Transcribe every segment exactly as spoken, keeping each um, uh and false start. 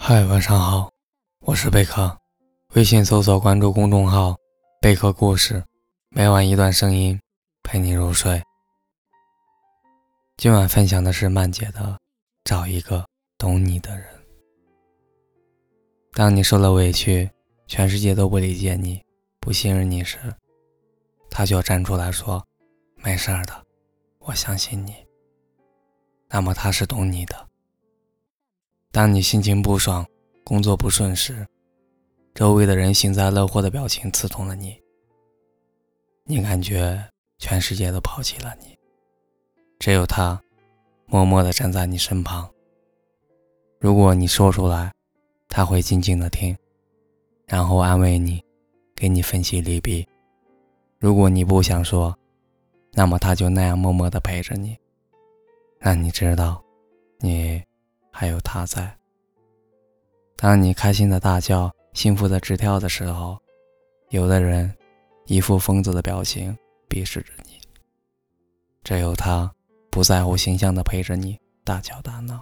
嗨，晚上好，我是贝壳。微信搜索关注公众号贝壳故事，每晚一段声音陪你入睡。今晚分享的是曼姐的找一个懂你的人。当你受了委屈，全世界都不理解你，不信任你时，他就站出来说没事的，我相信你。那么他是懂你的。当你心情不爽，工作不顺时，周围的人幸灾乐祸的表情刺痛了你，你感觉全世界都抛弃了你，只有他默默地站在你身旁。如果你说出来，他会静静地听，然后安慰你，给你分析利弊。如果你不想说，那么他就那样默默地陪着你，让你知道你还有他在。当你开心的大叫，幸福的直跳的时候，有的人一副疯子的表情鄙视着你，只有他不在乎形象的陪着你大叫大闹。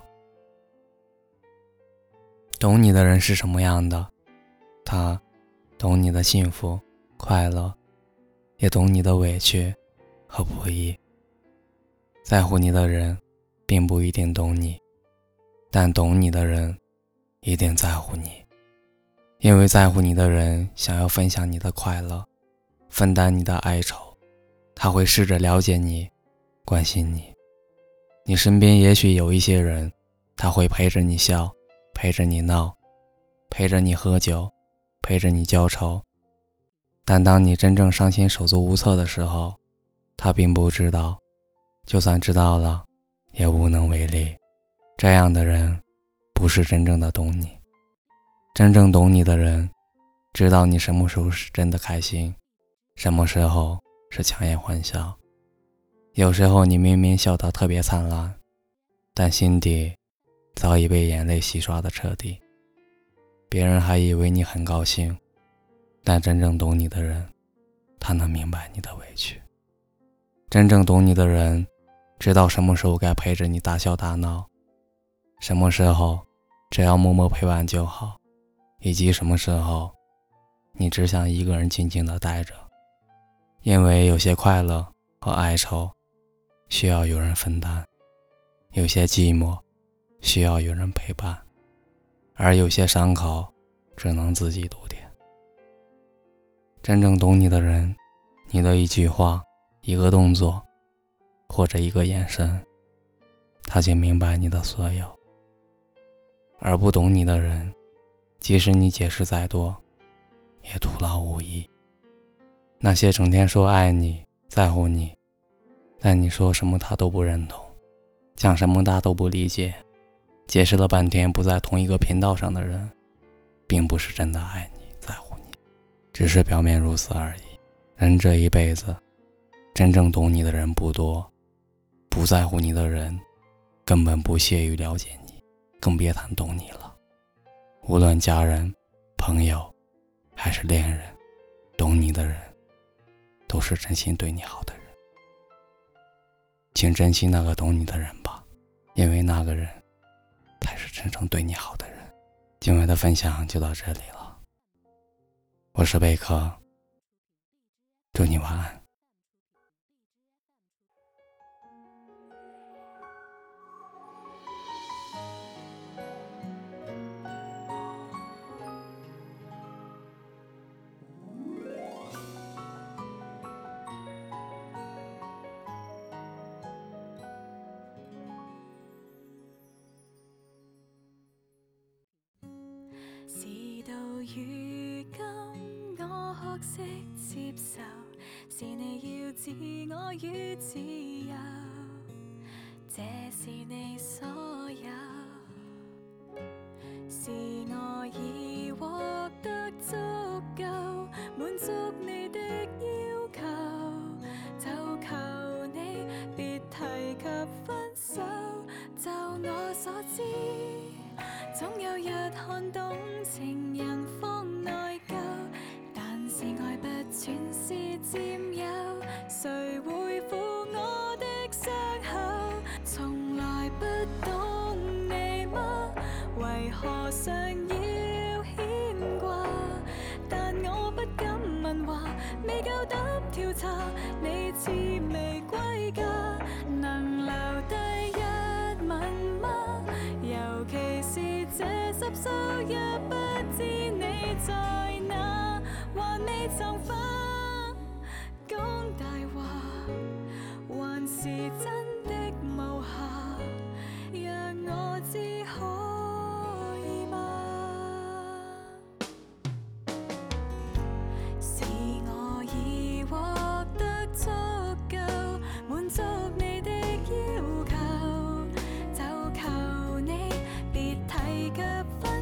懂你的人是什么样的？他懂你的幸福快乐，也懂你的委屈和不易。在乎你的人并不一定懂你，但懂你的人一定在乎你。因为在乎你的人想要分享你的快乐，分担你的哀愁，他会试着了解你，关心你。你身边也许有一些人，他会陪着你笑，陪着你闹，陪着你喝酒，陪着你浇愁。但当你真正伤心手足无措的时候，他并不知道，就算知道了也无能为力。这样的人不是真正的懂你。真正懂你的人知道你什么时候是真的开心，什么时候是强颜欢笑。有时候你明明笑得特别灿烂，但心底早已被眼泪洗刷得彻底。别人还以为你很高兴，但真正懂你的人，他能明白你的委屈。真正懂你的人知道什么时候该陪着你大笑大闹，什么时候只要默默陪伴就好，以及什么时候你只想一个人静静地待着。因为有些快乐和哀愁需要有人分担，有些寂寞需要有人陪伴，而有些伤口只能自己堵点。真正懂你的人，你的一句话，一个动作，或者一个眼神，他就明白你的所有。而不懂你的人，即使你解释再多，也徒劳无益。那些整天说爱你，在乎你，但你说什么他都不认同，讲什么他都不理解，解释了半天不在同一个频道上的人，并不是真的爱你，在乎你，只是表面如此而已。人这一辈子，真正懂你的人不多，不在乎你的人根本不屑于了解你，更别谈懂你了。无论家人、朋友还是恋人，懂你的人都是真心对你好的人。请珍惜那个懂你的人吧，因为那个人才是真正对你好的人。今晚的分享就到这里了，我是贝壳，祝你晚安。 事到如今，我學識接受，是你要置我於自由，這是你所有，是我已獲得足夠，滿足你的要求，就求你別提及分手。就我所知，總有日看懂情人方內疚，但是愛不全是佔有，誰會撫我的傷口？從來不懂你嗎？為何何嘗要牽掛？但我不敢問話，未夠膽調查你似未歸家，能留低一吻嗎？尤其是這濕鬚也不知你在哪，還未曾化，講大話還是真的無瑕，讓我知可以嗎？是我已獲得足夠，滿足你的要求，就求你別提及分